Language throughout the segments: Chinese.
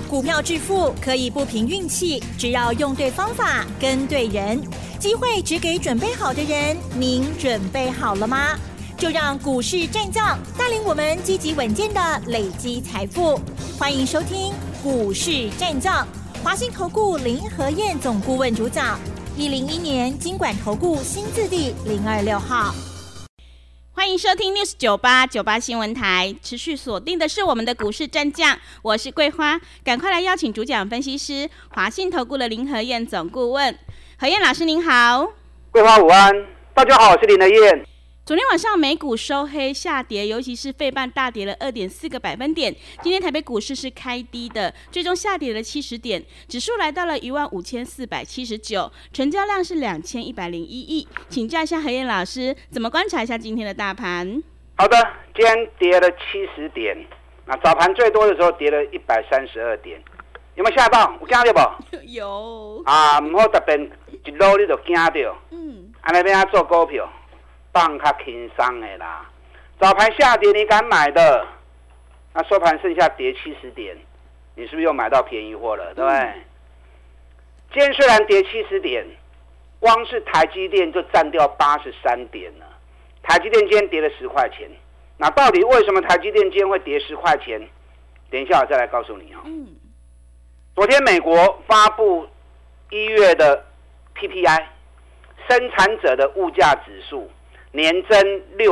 股票致富可以不凭运气，只要用对方法、跟对人。机会只给准备好的人，您准备好了吗？就让股市战将带领我们积极稳健的累积财富。欢迎收听股市战将，华信投顾林和彥总顾问主讲，101年金管投顾新字第026号。 欢迎收听 News 98新闻台，持续锁定的是我们的股市战将，我是桂花，赶快来邀请主讲分析师华信投顾的林和彥总顾问。和彥老师您好。 桂花午安，大家好，我是林和彥。 昨天晚上美股收黑下跌，尤其是费半大跌了2.4个百分点。今天台北股市是开低的，最终下跌了70点，指数来到了15479，成交量是2101亿。请教一下和彥老师，怎么观察一下今天的大盘？ 好的，今天跌了70点，那早盘最多的时候跌了132点，有没有吓到？有惊到不？ 有啊，不好特别一路你就惊到，安尼要做股票。放较轻松的啦，早盘下跌你敢买的，那收盘剩下跌70点，你是不是又买到便宜货了？对不对？今天虽然跌70点，光是台积电就占掉83点了。台积电今天跌了10块钱，那到底为什么台积电今天会跌10块钱？等一下我再来告诉你哦。昨天美国发布1月的 PPI 生产者的物价指数。年增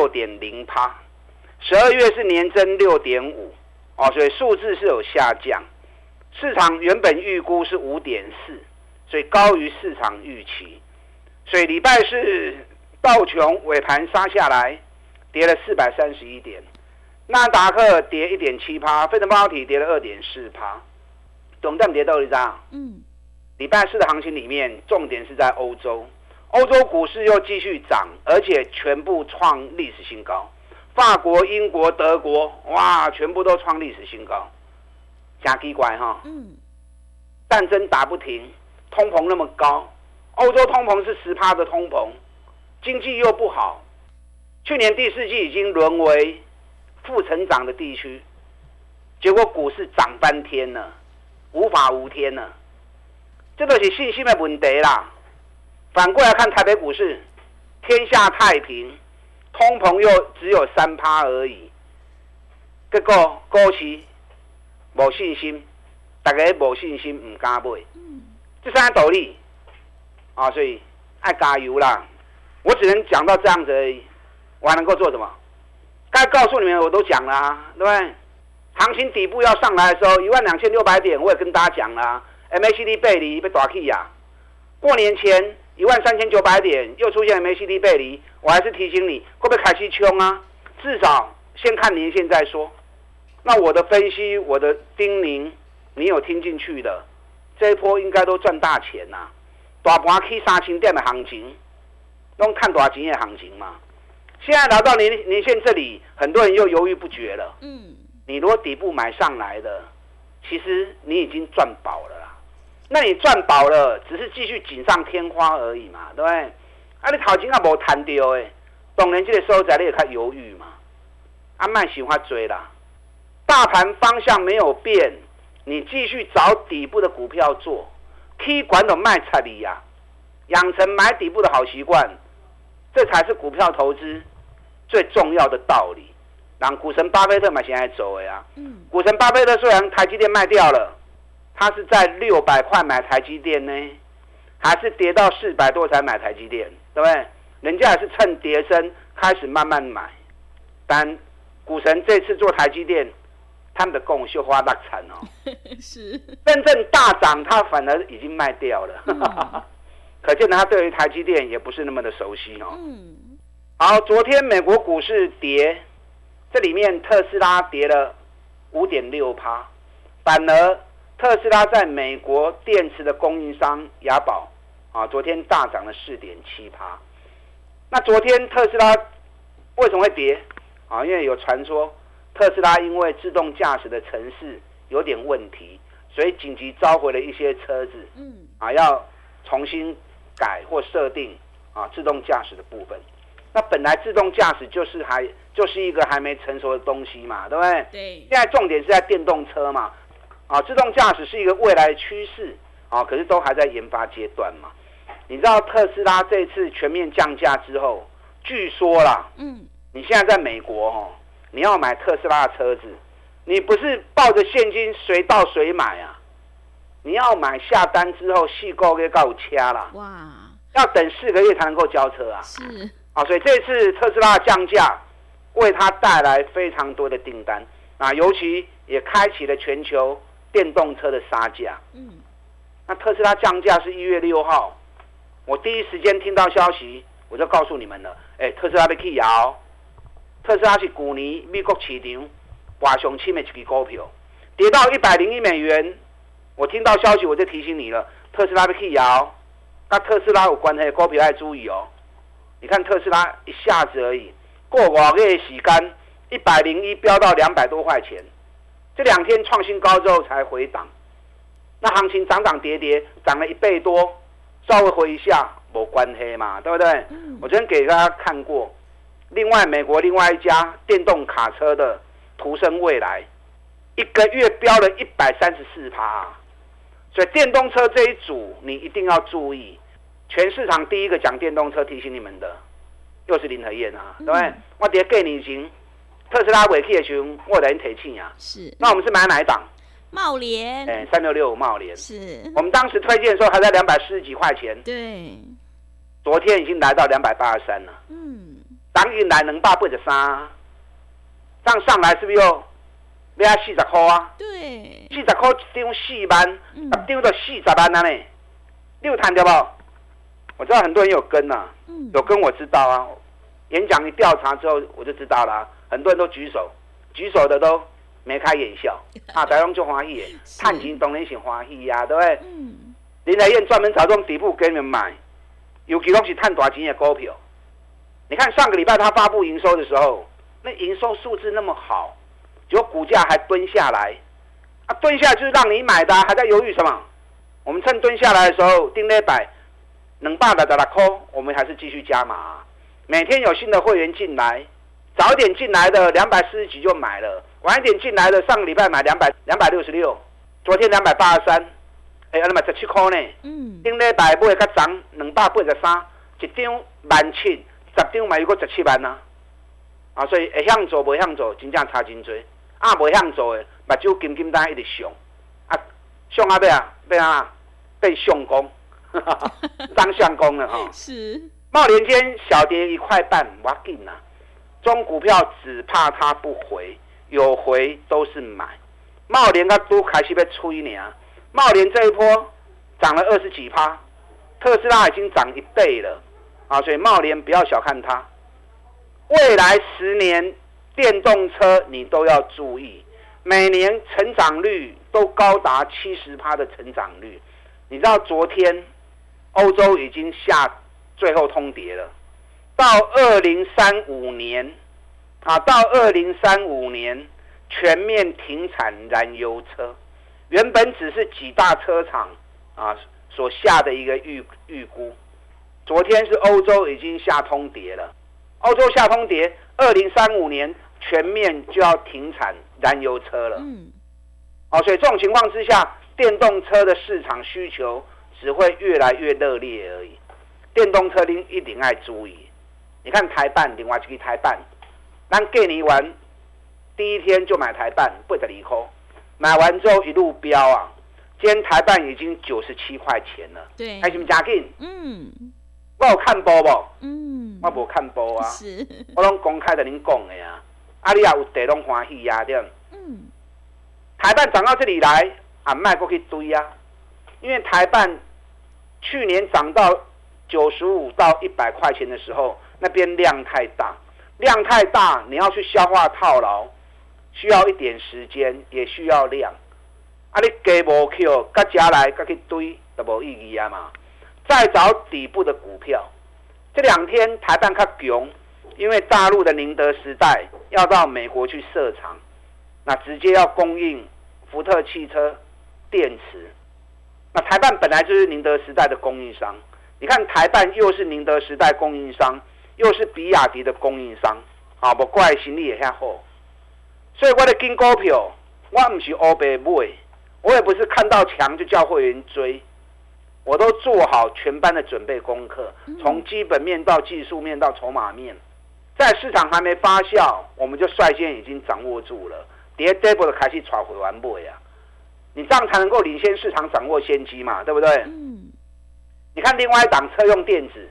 6.0%，12月是年增6.5%，所以数字是有下降。市场原本预估是5.4%，所以高于市场预期。所以礼拜四道琼尾盘杀下来，跌了431点，纳达克跌1.7%，费城半导体跌了2.4%，总占跌到一张。礼拜四的行情里面，重点是在欧洲。欧洲股市又继续涨，而且全部创历史新高。法国、英国、德国，哇，全部都创历史新高，真奇怪哈。战争打不停，通膨那么高，欧洲通膨是10%的通膨，经济又不好。去年第4季已经沦为负成长的地区，结果股市涨翻天了，无法无天了，这都是信心的问题啦。反过来看台北股市，天下太平，通膨又只有3%而已，结果股市没信心，大家没信心不敢买，这三个道理啊，所以爱加油啦！我只能讲到这样子而已，我还能够做什么？该告诉你们我都讲了啊，对不对？行情底部要上来的时候，12600点，我也跟大家讲了 ，MACD 背离被打起呀，过年前。13900点又出现 MACD 背离，我还是提醒你，会不会开始冲啊？至少先看年线再说。那我的分析，我的叮咛，你有听进去的，这一波应该都赚大钱呐、大盘去3000点的行情，都看大钱的行情嘛。现在来到年线这里，很多人又犹豫不决了。你如果底部买上来的，其实你已经赚饱了啦。那你赚饱了，只是继续锦上添花而已嘛，对不对？啊，你头前也没谈到的，当然这个所在你也较犹豫嘛。啊，别想法追啦，大盘方向没有变，你继续找底部的股票做，K 管都卖差你呀，养成买底部的好习惯，这才是股票投资最重要的道理。让股神巴菲特嘛现在走的呀，股神巴菲特虽然台积电卖掉了。他是在600块买台积电呢，还是跌到400多才买台积电，对不对？人家也是趁跌升开始慢慢买。但股神这次做台积电，他们的供绣花落惨哦， 是真正大涨，他反而已经卖掉了。可见他对于台积电也不是那么的熟悉哦。好，昨天美国股市跌，这里面特斯拉跌了5.6%，反而。特斯拉在美国电池的供应商雅宝昨天大涨了4.7%。那昨天特斯拉为什么会跌因为有传说特斯拉因为自动驾驶的程式有点问题，所以紧急召回了一些车子，要重新改或设定自动驾驶的部分。那本来自动驾驶就是一个还没成熟的东西嘛，对不对？ 对。 现在重点是在电动车嘛。 啊，自动驾驶是一个未来趋势啊，可是都还在研发阶段嘛。你知道特斯拉这次全面降价之后，据说啦，你现在在美国你要买特斯拉的车子，你不是抱着现金随到随买啊，你要买下单之后4个月才有车啦，哇，要等4个月才能够交车啊， 是啊，所以这次特斯拉的降价为它带来非常多的订单啊，尤其也开启了全球电动车的杀价。那特斯拉降价是1月6号，我第一时间听到消息，我就告诉你们了。特斯拉要起摇，特斯拉是去年美国市场活上深的一支股票，跌到$101，我听到消息我就提醒你了，特斯拉要起摇，跟特斯拉有关系的股票要注意哦。你看特斯拉一下子而已，过2个月的时间，101飙到200多块钱，这2天创新高之后才回档。那行情涨涨跌跌，涨了1倍多，稍微回一下没关系嘛，对不对？我昨天给大家看过，另外美国另外一家电动卡车的途胜未来，1个月飙了134%，所以电动车这一组你一定要注意。全市场第一个讲电动车提醒你们的，又是林和燕啊，对不对？我在过年前特斯拉尾气的时候，我来提醒啊。 是。那我们是买哪一档？ 茂联 ，3665茂联是。 我们当时推荐的时候还在240几块钱， 对。 昨天已经来到283了，当然来283，这样上来是不是又要40块啊？ 对 ，40块一张4万，10张就40万了呢。你有谈到不？我知道很多人有跟啊，有跟我知道啊。演讲一调查之后我就知道了啊，很多人都举手，举手的都眉开眼笑啊，台湾就欢喜的，探钱当然是欢喜呀，对不对？林和燕专门找这种底部给你们买，尤其都是探大钱的股票。你看上个礼拜他发布营收的时候，那营收数字那么好，结果股价还蹲下来，啊，蹲下就是让你买的，还在犹豫什么？我们趁蹲下来的时候，定那百266块，我们还是继续加码。每天有新的会员进来，早一点进来的240几就买了，晚一点进来的上个礼拜买266，昨天283，那么17块呢。顶礼拜买较涨283，一张17000，10张买有个17万啊。啊，所以会向做袂向做，真正差真多。啊，袂向做的，目睭金金单一直上，啊，上啊要啊，变相公，当相公了哈。 是。 茂联间小跌1块半，我紧啊。中股票只怕它不回，有回都是买。茂联都开始要吹呢，茂联这一波涨了20几%，特斯拉已经涨1倍了啊！所以茂联不要小看它，未来10年电动车你都要注意，每年成长率都高达70%的成长率。你知道昨天欧洲已经下最后通牒了，到2035年啊，到2035年全面停产燃油车。原本只是几大车厂啊所下的一个预估，昨天是欧洲已经下通牒了，欧洲下通牒，2035年全面就要停产燃油车了。所以这种情况之下，电动车的市场需求只会越来越热烈而已。电动车您一定要注意。你看台办，另外一个台办，咱过年完第一天就买台办82块，买完之后一路飙啊！今天台办已经97块钱了， 对， 还是不加紧？我有看播不？我无看播啊， 是， 我拢公开的您讲的呀，啊你也有地拢欢喜呀，对。台办涨到这里来，俺卖过去堆啊，因为台办去年涨到95到100块钱的时候，那边量太大，你要去消化套牢，需要一点时间，也需要量。啊，你加无去，甲加来，甲去堆，就无意义啊嘛。再找底部的股票，这2天台办较强，因为大陆的宁德时代要到美国去设厂，那直接要供应福特汽车电池。那台办本来就是宁德时代的供应商，你看台办又是宁德时代供应商，又是比亚迪的供应商，啊，无怪行李也遐好。所以我的金股票，我不是黑白买， 我也不是看到强就叫会员追，我都做好全班的准备功课，从基本面到技术面到筹码面，在市场还没发酵，我们就率先已经掌握住了，跌 double 的开始抓回完不呀？你这样才能够领先市场，掌握先机嘛，对不对？你看另外一档车用电子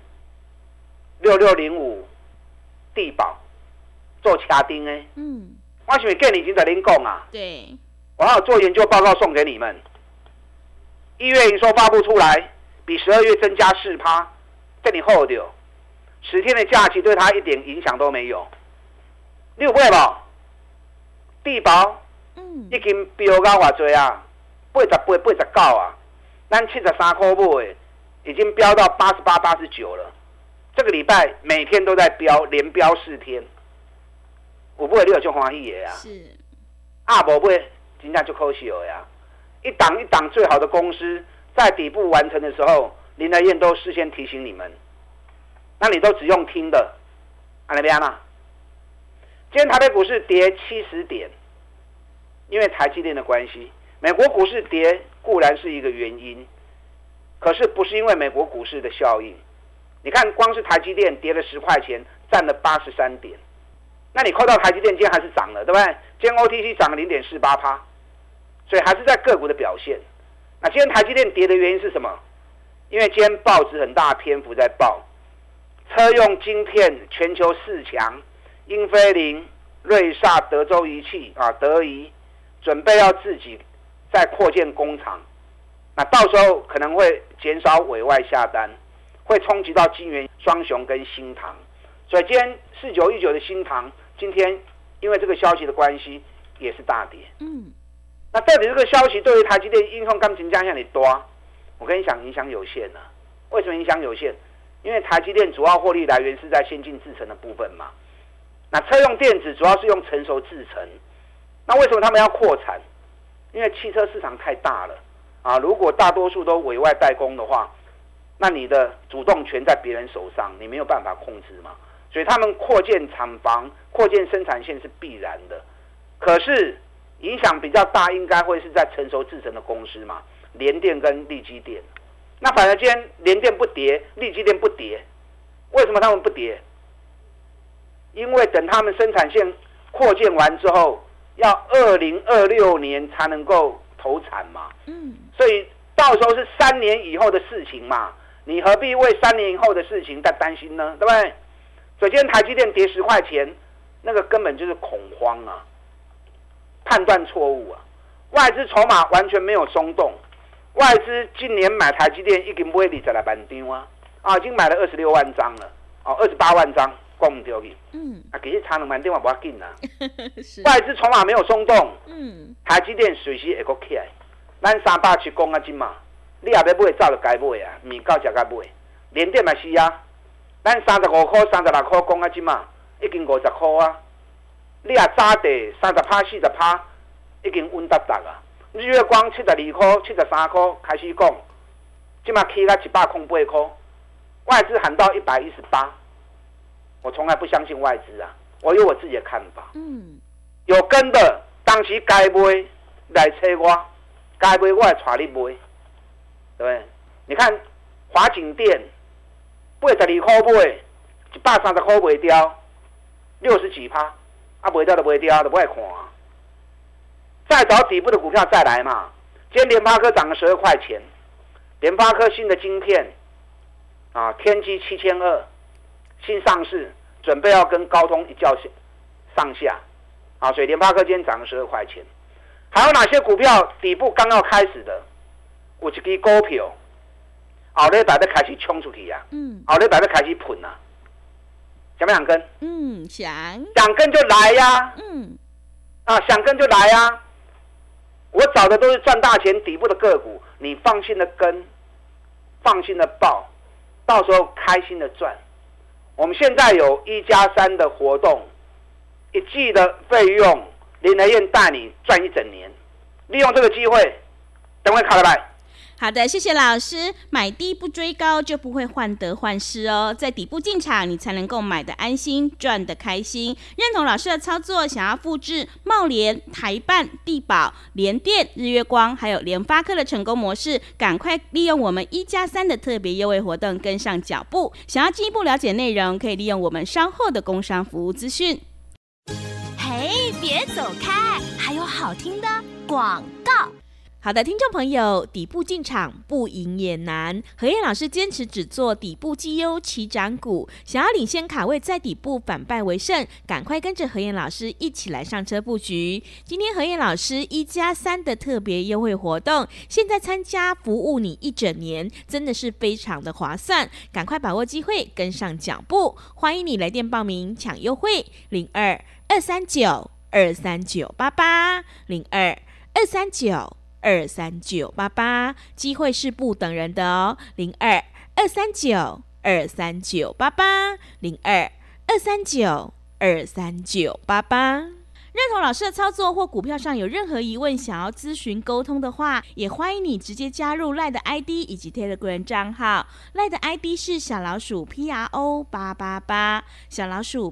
6605地保做掐钉我是不是跟你已经在您讲啊？ 对， 我还有做研究报告送给你们。1月营收发布出来，比12月增加4%，跟你厚掉，10天的假期对它一点影响都没有。你有买无？地保已经飙到偌多啊，88、89啊，咱73块买，已经飙到88、89了。这个礼拜每天都在飙，连飙4天。有买你有就欢喜的啊！ 是啊，无买真正就可惜了呀！一档一档最好的公司在底部完成的时候，林德燕都事先提醒你们，那你都只用听的，那边啊？今天台北股市跌70点，因为台积电的关系。美国股市跌固然是一个原因，可是不是因为美国股市的效应。你看，光是台积电跌了10块钱，占了83点。那你扣到台积电，今天还是涨了，对不对？今天 OTC 涨了0.48%，所以还是在个股的表现。那今天台积电跌的原因是什么？因为今天报纸很大篇幅在报车用晶片全球4强，英飞凌、瑞萨、德州仪器德仪准备要自己再扩建工厂，那到时候可能会减少委外下单，会冲击到晶圆、双雄跟新唐。所以今天4919的新唐，今天因为这个消息的关系，也是大跌。那到底这个消息对于台积电影响感情这样你多？我跟你讲，影响有限啊。为什么影响有限？因为台积电主要获利来源是在先进制程的部分嘛。那车用电子主要是用成熟制程。那为什么他们要扩产？因为汽车市场太大了啊！如果大多数都委外代工的话，那你的主动权在别人手上，你没有办法控制嘛。所以他们扩建厂房、扩建生产线是必然的。可是影响比较大，应该会是在成熟制程的公司嘛，联电跟力积电。那反而今天联电不跌，力积电不跌，为什么他们不跌？因为等他们生产线扩建完之后，要2026年才能够投产嘛。所以到时候是3年以后的事情嘛，你何必为3年以后的事情在担心呢？对不对？所以今天台积电跌10块钱，那个根本就是恐慌啊，判断错误啊，外资筹码完全没有松动。外资今年买台积电已经买20来万张已经买了26万张了28万张，讲不对去。其实差2万张也不要紧啦。外资筹码没有松动，台积电随时会够起来。咱370公啊斤嘛，你也要买，早就该买啊，米到才该买。联电嘛是啊，咱35块、36块公啊斤嘛，已经50块啊。你也早地30%、40%，已经稳达达啊。日月光72块、73块开始讲，现在起到108块，外资喊到118，我从来不相信外资啊，我有我自己的看法。有跟的，当时该买来找我，该买我也带你买，对不对？你看华景电82块买，130块卖掉，60几%，卖掉就卖掉，就不爱看啊。再找底部的股票再来嘛。今天联发科涨了12块钱，联发科新的晶片天玑7200新上市，准备要跟高通一较上下所以联发科今天涨了12块钱。还有哪些股票底部刚要开始的？有一支股票后礼拜要开始冲出去啊，后礼拜要开始喷啊，想不想跟？想跟就来呀，想跟就来呀。我找的都是赚大钱底部的个股，你放心的跟，放心的报，到时候开心的赚。我们现在有1+3的活动，1季的费用，林和燕带你赚1整年。利用这个机会，等会卡了来。 好的，谢谢老师。买低不追高，就不会患得患失哦。在底部进场，你才能够买得安心，赚得开心。认同老师的操作，想要复制茂联、台办、地保、联电、日月光还有联发科的成功模式，赶快利用我们1+3的特别优惠活动跟上脚步。想要进一步了解内容，可以利用我们稍后的工商服务资讯。 嘿，别走开，还有好听的广告。 好的，听众朋友，底部进场不赢也难。何燕老师坚持只做底部绩优起涨股，想要领先卡位，在底部反败为胜，赶快跟着何燕老师一起来上车布局。今天何燕老师1+3的特别优惠活动，现在参加服务你1整年，真的是非常的划算，赶快把握机会，跟上脚步。欢迎你来电报名抢优惠，02-239-2398802239-23988，机会是不等人的哦，02-239-2398802239-23988。认同老师的操作或股票上有任何疑问，想要咨询沟通的话，也欢迎你直接加入 LINE 的 ID 以及 Telegram 账号。LINE 的 ID 是小老鼠 PRO888， 小老鼠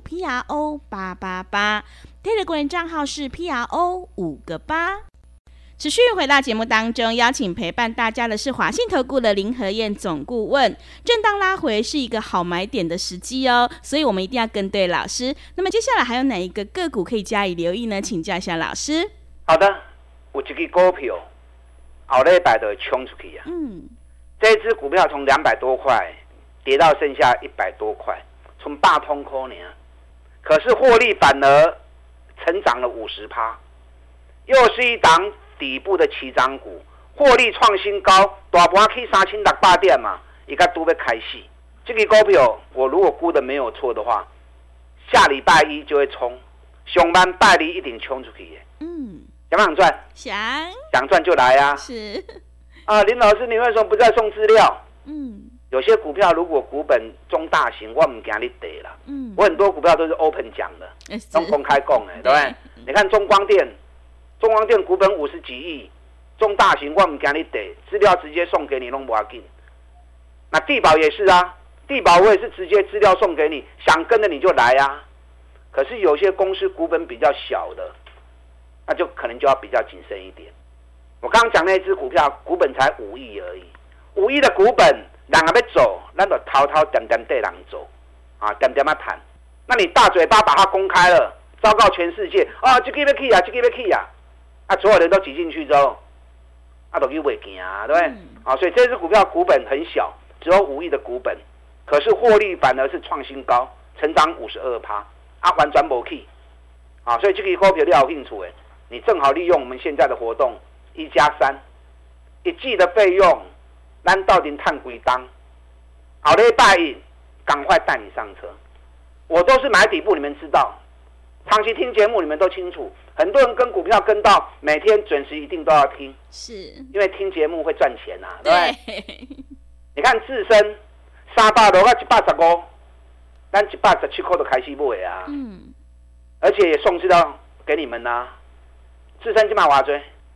PRO888， Telegram 账号是 PRO5个8。 持续回到节目当中，邀请陪伴大家的是华信投顾的林和燕总顾问。震荡拉回是一个好买点的时机哦，所以我们一定要跟对老师。那么接下来还有哪一个个股可以加以留意呢？请教一下老师。 好的，有一支股票后礼拜就会冲出去啊。这一支股票从200多块跌到剩下100多块，从8通扣呢，可是获利反而成长了50%，又是一档底部的起涨股，获利创新高，大盘去3600点嘛，一个都要开始。这个股票我如果估的没有错的话，下礼拜一就会冲，上班拜一一定冲出去的。想不想赚？想赚就来啊！ 是啊，林老师，你为什么不再送资料？有些股票如果股本中大型，我不怕你跌了。我很多股票都是 open 讲的，都公开讲的，对不对？你看中光电股本50几亿，中大型我不怕你跌，资料直接送给你，弄不要紧。那地保也是啊，地保我也是直接资料送给你，想跟着你就来啊。可是有些公司股本比较小的，那就可能就要比较谨慎一点。我刚刚讲那只股票股本才5亿而已，5亿的股本，人要走，咱就滔滔点点对人走，啊，点点谈。那你大嘴巴把它公开了，昭告全世界，啊，这个要去啊，这个要去啊，啊，所有人都挤进去之后，啊，都去袂行啊，对不对？啊，所以这只股票股本很小，只有5亿的股本，可是获利反而是创新高，成长52%，啊，还转不去，啊，所以这个股票你有兴趣的，你正好利用我们现在的活动1+3，一季的费用，咱到底赚几档？后礼拜一赶快带你上车。我都是买底部，你们知道，长期听节目你们都清楚。很多人跟股票跟到每天准时一定都要听， 是因为听节目会赚钱啊，对不对？你看自身300多到115，咱117块就开始买啊，而且也送资料给你们啊。自身今晚多少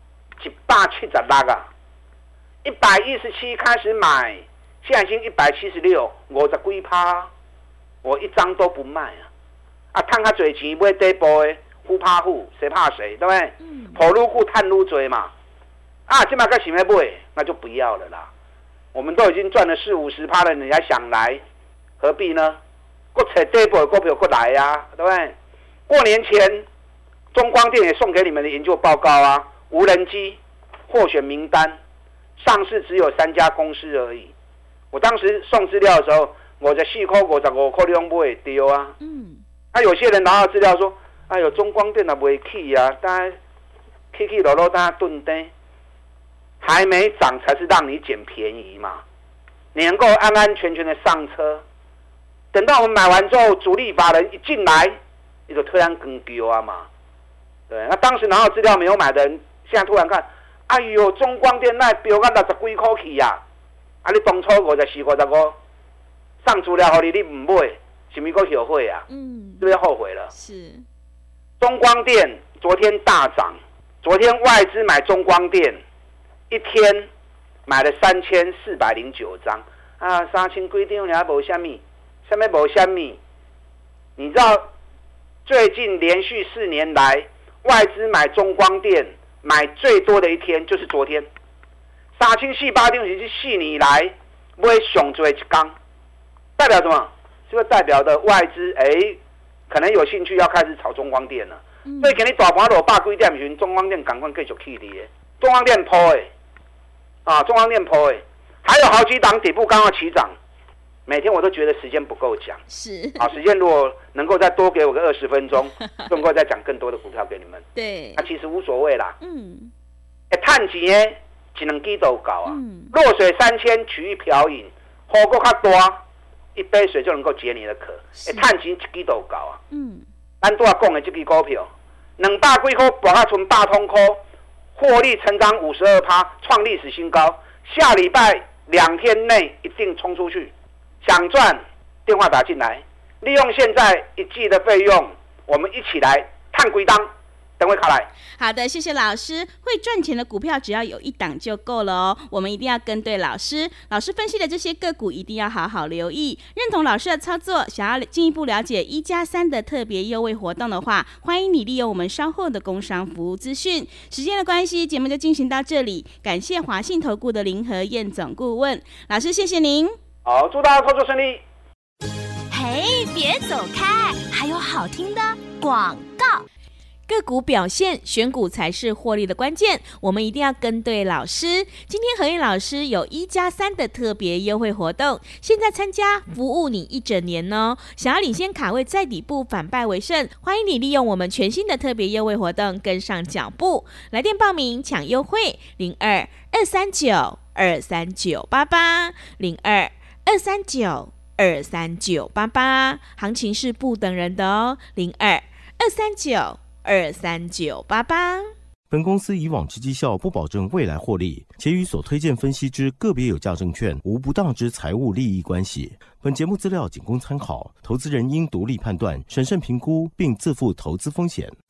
？176啊，117开始买，现在已经176，50几%，我一张都不卖啊！啊，赚较多钱买底部的，虎怕虎，谁怕谁，对不对？跑路股赚愈多嘛。啊，今晚该想要买，那就不要了啦。我们都已经赚了40-50%了，你还想来，何必呢？再找底部的股票再来啊，对不对？过年前，中光电也送给你们的研究报告啊，无人机获选名单，上市只有3家公司而已。我当时送资料的时候，54块、55块你都买得到啊。有些人拿到资料说，哎呦，中光电也没起啊，大家起落落，大家蹲低，还没涨才是让你捡便宜嘛。你能够安安全全的上车，等到我们买完之后，主力法人一进来，你就突然更丢啊嘛。对，那当时拿到资料没有买的人，现在突然看，哎呦，中光电那飙到60几块去啊！啊，你当初54、55上资料给你，你不买，是不是又后悔啊？是不是后悔了？ 是。 中光电昨天大涨，昨天外资买中光电，一天买了3409张啊，3000几张了，没什么，什么没什么。你知道最近连续4年来，外资买中光电买最多的一天就是昨天，3448张是4年来买上最一天，代表什么？是不是代表的外资可能有兴趣要开始炒中光电了？所以今日大盘落100几点时，中光电赶快继续起嚟的，中光电破中光电破还有好几档底部刚刚起涨。每天我都觉得时间不够讲， 是时间如果能够再多给我个20分钟，就能够再讲更多的股票给你们。 对， 其实无所谓啦。赚钱的一两支都够啊。弱水3000取一瓢饮，雨够较大，一杯水就能够解你的渴。赚钱一支都够啊。咱拄仔讲的这支股票，200几块博到剩8通块，获利成长52%，创历史新高。下礼拜2天内一定冲出去。想赚，电话打进来，利用现在1季的费用，我们一起来探几档，等会卡来。 好的，谢谢老师。会赚钱的股票只要有一档就够了哦，我们一定要跟对老师。老师分析的这些个股一定要好好留意，认同老师的操作，想要进一步了解1+3的特别优惠活动的话，欢迎你利用我们稍后的工商服务资讯。时间的关系，节目就进行到这里，感谢华信投顾的林和燕总顾问老师，谢谢您。 好，祝大家操作顺利。 嘿，别走开，还有好听的广告。 个股表现，选股才是获利的关键，我们一定要跟对老师。今天和燕老师有1+3的特别优惠活动，现在参加服务你1整年哦。想要领先卡位在底部反败为胜，欢迎你利用我们全新的特别优惠活动跟上脚步。来电报名抢优惠02-239-2398802-239-23988，行情是不等人的哦。02-239-23988。 本公司以往之绩效不保证未来获利，且与所推荐分析之个别有价证券无不当之财务利益关系。本节目资料仅供参考，投资人应独立判断、审慎评估，并自负投资风险。